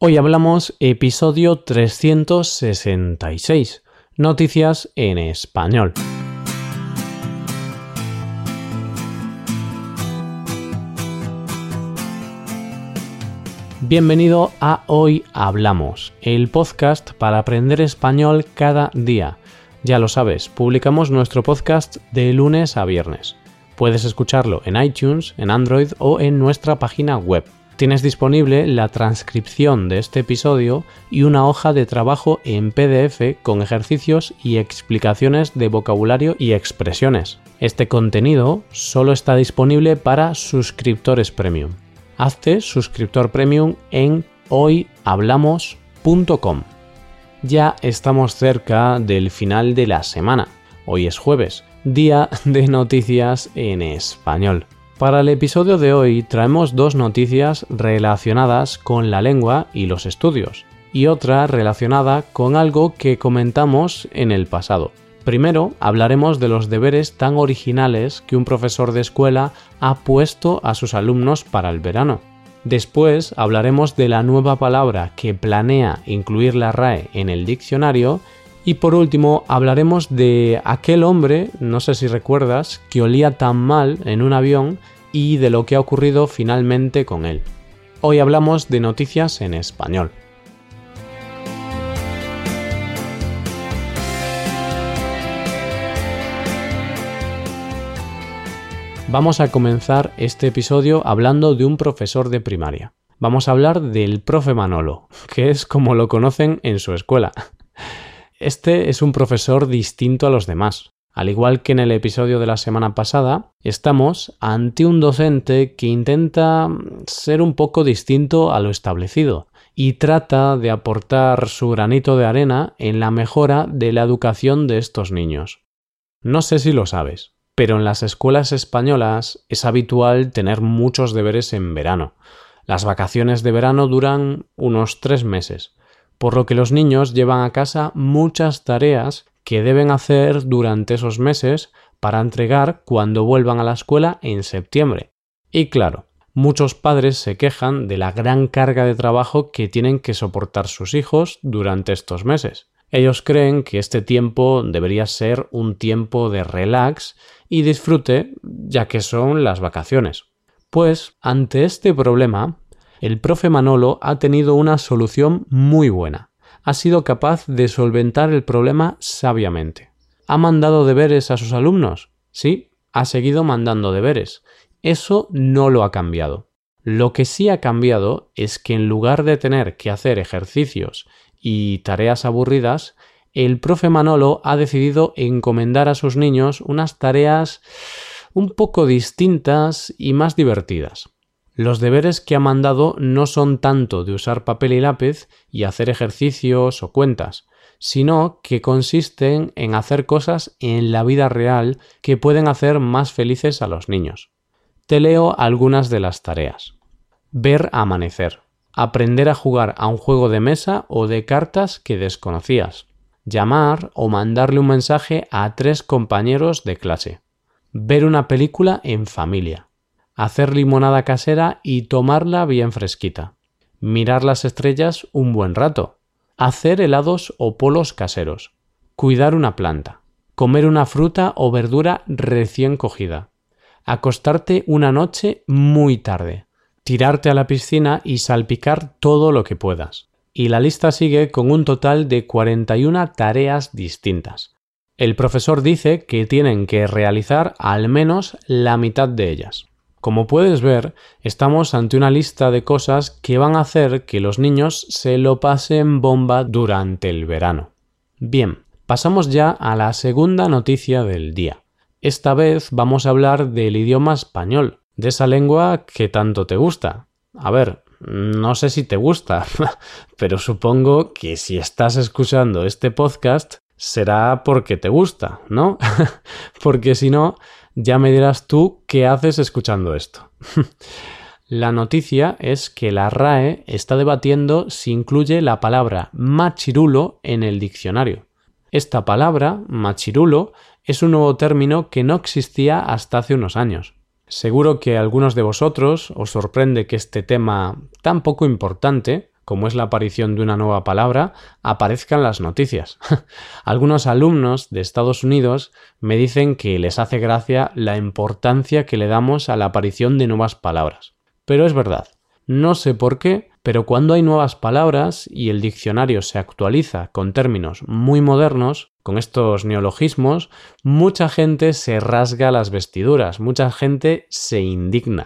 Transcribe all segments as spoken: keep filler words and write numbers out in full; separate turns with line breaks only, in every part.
Hoy hablamos episodio trescientos sesenta y seis, noticias en español. Bienvenido a Hoy Hablamos, el podcast para aprender español cada día. Ya lo sabes, publicamos nuestro podcast de lunes a viernes. Puedes escucharlo en iTunes, en Android o en nuestra página web. Tienes disponible la transcripción de este episodio y una hoja de trabajo en P D F con ejercicios y explicaciones de vocabulario y expresiones. Este contenido solo está disponible para suscriptores premium. Hazte suscriptor premium en hoy hablamos punto com. Ya estamos cerca del final de la semana. Hoy es jueves, día de noticias en español. Para el episodio de hoy traemos dos noticias relacionadas con la lengua y los estudios, y otra relacionada con algo que comentamos en el pasado. Primero hablaremos de los deberes tan originales que un profesor de escuela ha puesto a sus alumnos para el verano. Después hablaremos de la nueva palabra que planea incluir la R A E en el diccionario. Y por último hablaremos de aquel hombre, no sé si recuerdas, que olía tan mal en un avión y de lo que ha ocurrido finalmente con él. Hoy hablamos de noticias en español. Vamos a comenzar este episodio hablando de un profesor de primaria. Vamos a hablar del profe Manolo, que es como lo conocen en su escuela. Este es un profesor distinto a los demás. Al igual que en el episodio de la semana pasada, estamos ante un docente que intenta ser un poco distinto a lo establecido y trata de aportar su granito de arena en la mejora de la educación de estos niños. No sé si lo sabes, pero en las escuelas españolas es habitual tener muchos deberes en verano. Las vacaciones de verano duran unos tres meses. Por lo que los niños llevan a casa muchas tareas que deben hacer durante esos meses para entregar cuando vuelvan a la escuela en septiembre. Y claro, muchos padres se quejan de la gran carga de trabajo que tienen que soportar sus hijos durante estos meses. Ellos creen que este tiempo debería ser un tiempo de relax y disfrute, ya que son las vacaciones. Pues, ante este problema, el profe Manolo ha tenido una solución muy buena. Ha sido capaz de solventar el problema sabiamente. ¿Ha mandado deberes a sus alumnos? Sí, ha seguido mandando deberes. Eso no lo ha cambiado. Lo que sí ha cambiado es que en lugar de tener que hacer ejercicios y tareas aburridas, el profe Manolo ha decidido encomendar a sus niños unas tareas un poco distintas y más divertidas. Los deberes que ha mandado no son tanto de usar papel y lápiz y hacer ejercicios o cuentas, sino que consisten en hacer cosas en la vida real que pueden hacer más felices a los niños. Te leo algunas de las tareas. Ver amanecer. Aprender a jugar a un juego de mesa o de cartas que desconocías. Llamar o mandarle un mensaje a tres compañeros de clase. Ver una película en familia. Hacer limonada casera y tomarla bien fresquita. Mirar las estrellas un buen rato. Hacer helados o polos caseros. Cuidar una planta. Comer una fruta o verdura recién cogida. Acostarte una noche muy tarde. Tirarte a la piscina y salpicar todo lo que puedas. Y la lista sigue con un total de cuarenta y una tareas distintas. El profesor dice que tienen que realizar al menos la mitad de ellas. Como puedes ver, estamos ante una lista de cosas que van a hacer que los niños se lo pasen bomba durante el verano. Bien, pasamos ya a la segunda noticia del día. Esta vez vamos a hablar del idioma español, de esa lengua que tanto te gusta. A ver, no sé si te gusta, pero supongo que si estás escuchando este podcast será porque te gusta, ¿no? Porque si no, ya me dirás tú qué haces escuchando esto. La noticia es que la R A E está debatiendo si incluye la palabra machirulo en el diccionario. Esta palabra, machirulo, es un nuevo término que no existía hasta hace unos años. Seguro que a algunos de vosotros os sorprende que este tema tan poco importante, como es la aparición de una nueva palabra, aparezca en las noticias. Algunos alumnos de Estados Unidos me dicen que les hace gracia la importancia que le damos a la aparición de nuevas palabras. Pero es verdad, no sé por qué, pero cuando hay nuevas palabras y el diccionario se actualiza con términos muy modernos, con estos neologismos, mucha gente se rasga las vestiduras, mucha gente se indigna.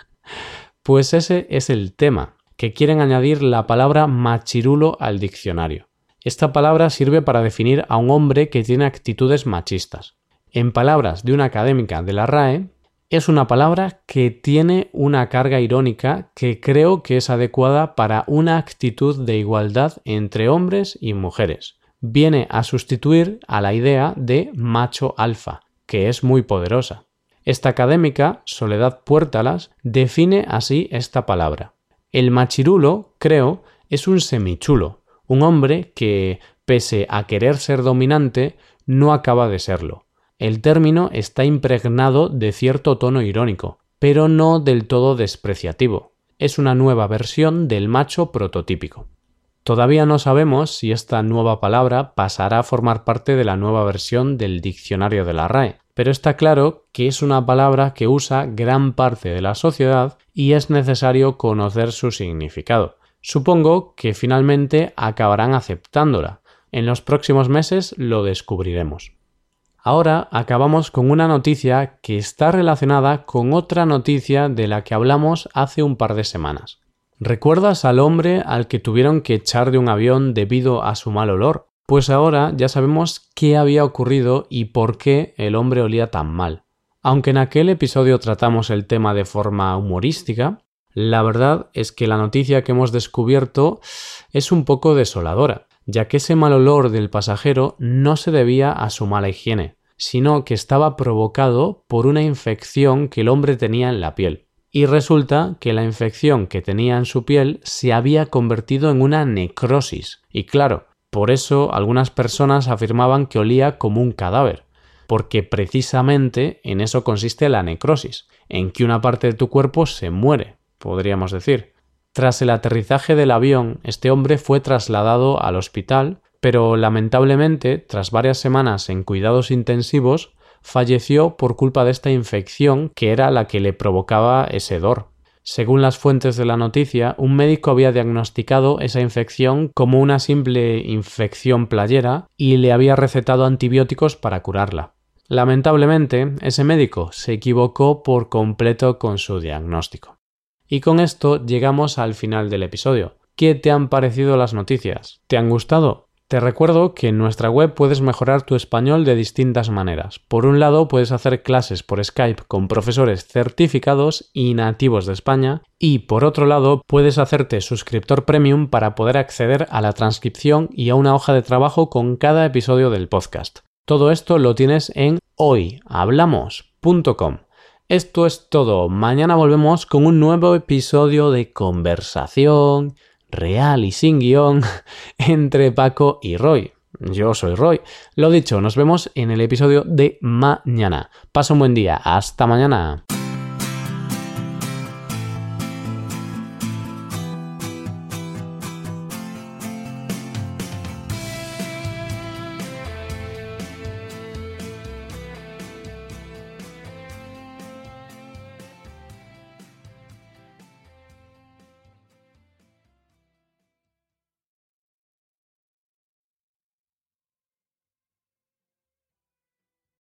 Pues ese es el tema, que quieren añadir la palabra machirulo al diccionario. Esta palabra sirve para definir a un hombre que tiene actitudes machistas. En palabras de una académica de la R A E, es una palabra que tiene una carga irónica que creo que es adecuada para una actitud de igualdad entre hombres y mujeres. Viene a sustituir a la idea de macho alfa, que es muy poderosa. Esta académica, Soledad Puertalas, define así esta palabra. El machirulo, creo, es un semichulo, un hombre que, pese a querer ser dominante, no acaba de serlo. El término está impregnado de cierto tono irónico, pero no del todo despreciativo. Es una nueva versión del macho prototípico. Todavía no sabemos si esta nueva palabra pasará a formar parte de la nueva versión del diccionario de la R A E, pero está claro que es una palabra que usa gran parte de la sociedad y es necesario conocer su significado. Supongo que finalmente acabarán aceptándola. En los próximos meses lo descubriremos. Ahora acabamos con una noticia que está relacionada con otra noticia de la que hablamos hace un par de semanas. ¿Recuerdas al hombre al que tuvieron que echar de un avión debido a su mal olor? Pues ahora ya sabemos qué había ocurrido y por qué el hombre olía tan mal. Aunque en aquel episodio tratamos el tema de forma humorística, la verdad es que la noticia que hemos descubierto es un poco desoladora, ya que ese mal olor del pasajero no se debía a su mala higiene, sino que estaba provocado por una infección que el hombre tenía en la piel. Y resulta que la infección que tenía en su piel se había convertido en una necrosis. Y claro, por eso algunas personas afirmaban que olía como un cadáver, porque precisamente en eso consiste la necrosis, en que una parte de tu cuerpo se muere, podríamos decir. Tras el aterrizaje del avión, este hombre fue trasladado al hospital, pero lamentablemente, tras varias semanas en cuidados intensivos, falleció por culpa de esta infección que era la que le provocaba ese hedor. Según las fuentes de la noticia, un médico había diagnosticado esa infección como una simple infección playera y le había recetado antibióticos para curarla. Lamentablemente, ese médico se equivocó por completo con su diagnóstico. Y con esto llegamos al final del episodio. ¿Qué te han parecido las noticias? ¿Te han gustado? Te recuerdo que en nuestra web puedes mejorar tu español de distintas maneras. Por un lado, puedes hacer clases por Skype con profesores certificados y nativos de España, y por otro lado, puedes hacerte suscriptor premium para poder acceder a la transcripción y a una hoja de trabajo con cada episodio del podcast. Todo esto lo tienes en hoy hablamos punto com. Esto es todo. Mañana volvemos con un nuevo episodio de conversación real y sin guión entre Paco y Roy. Yo soy Roy. Lo dicho, nos vemos en el episodio de mañana. Pasa un buen día. Hasta mañana.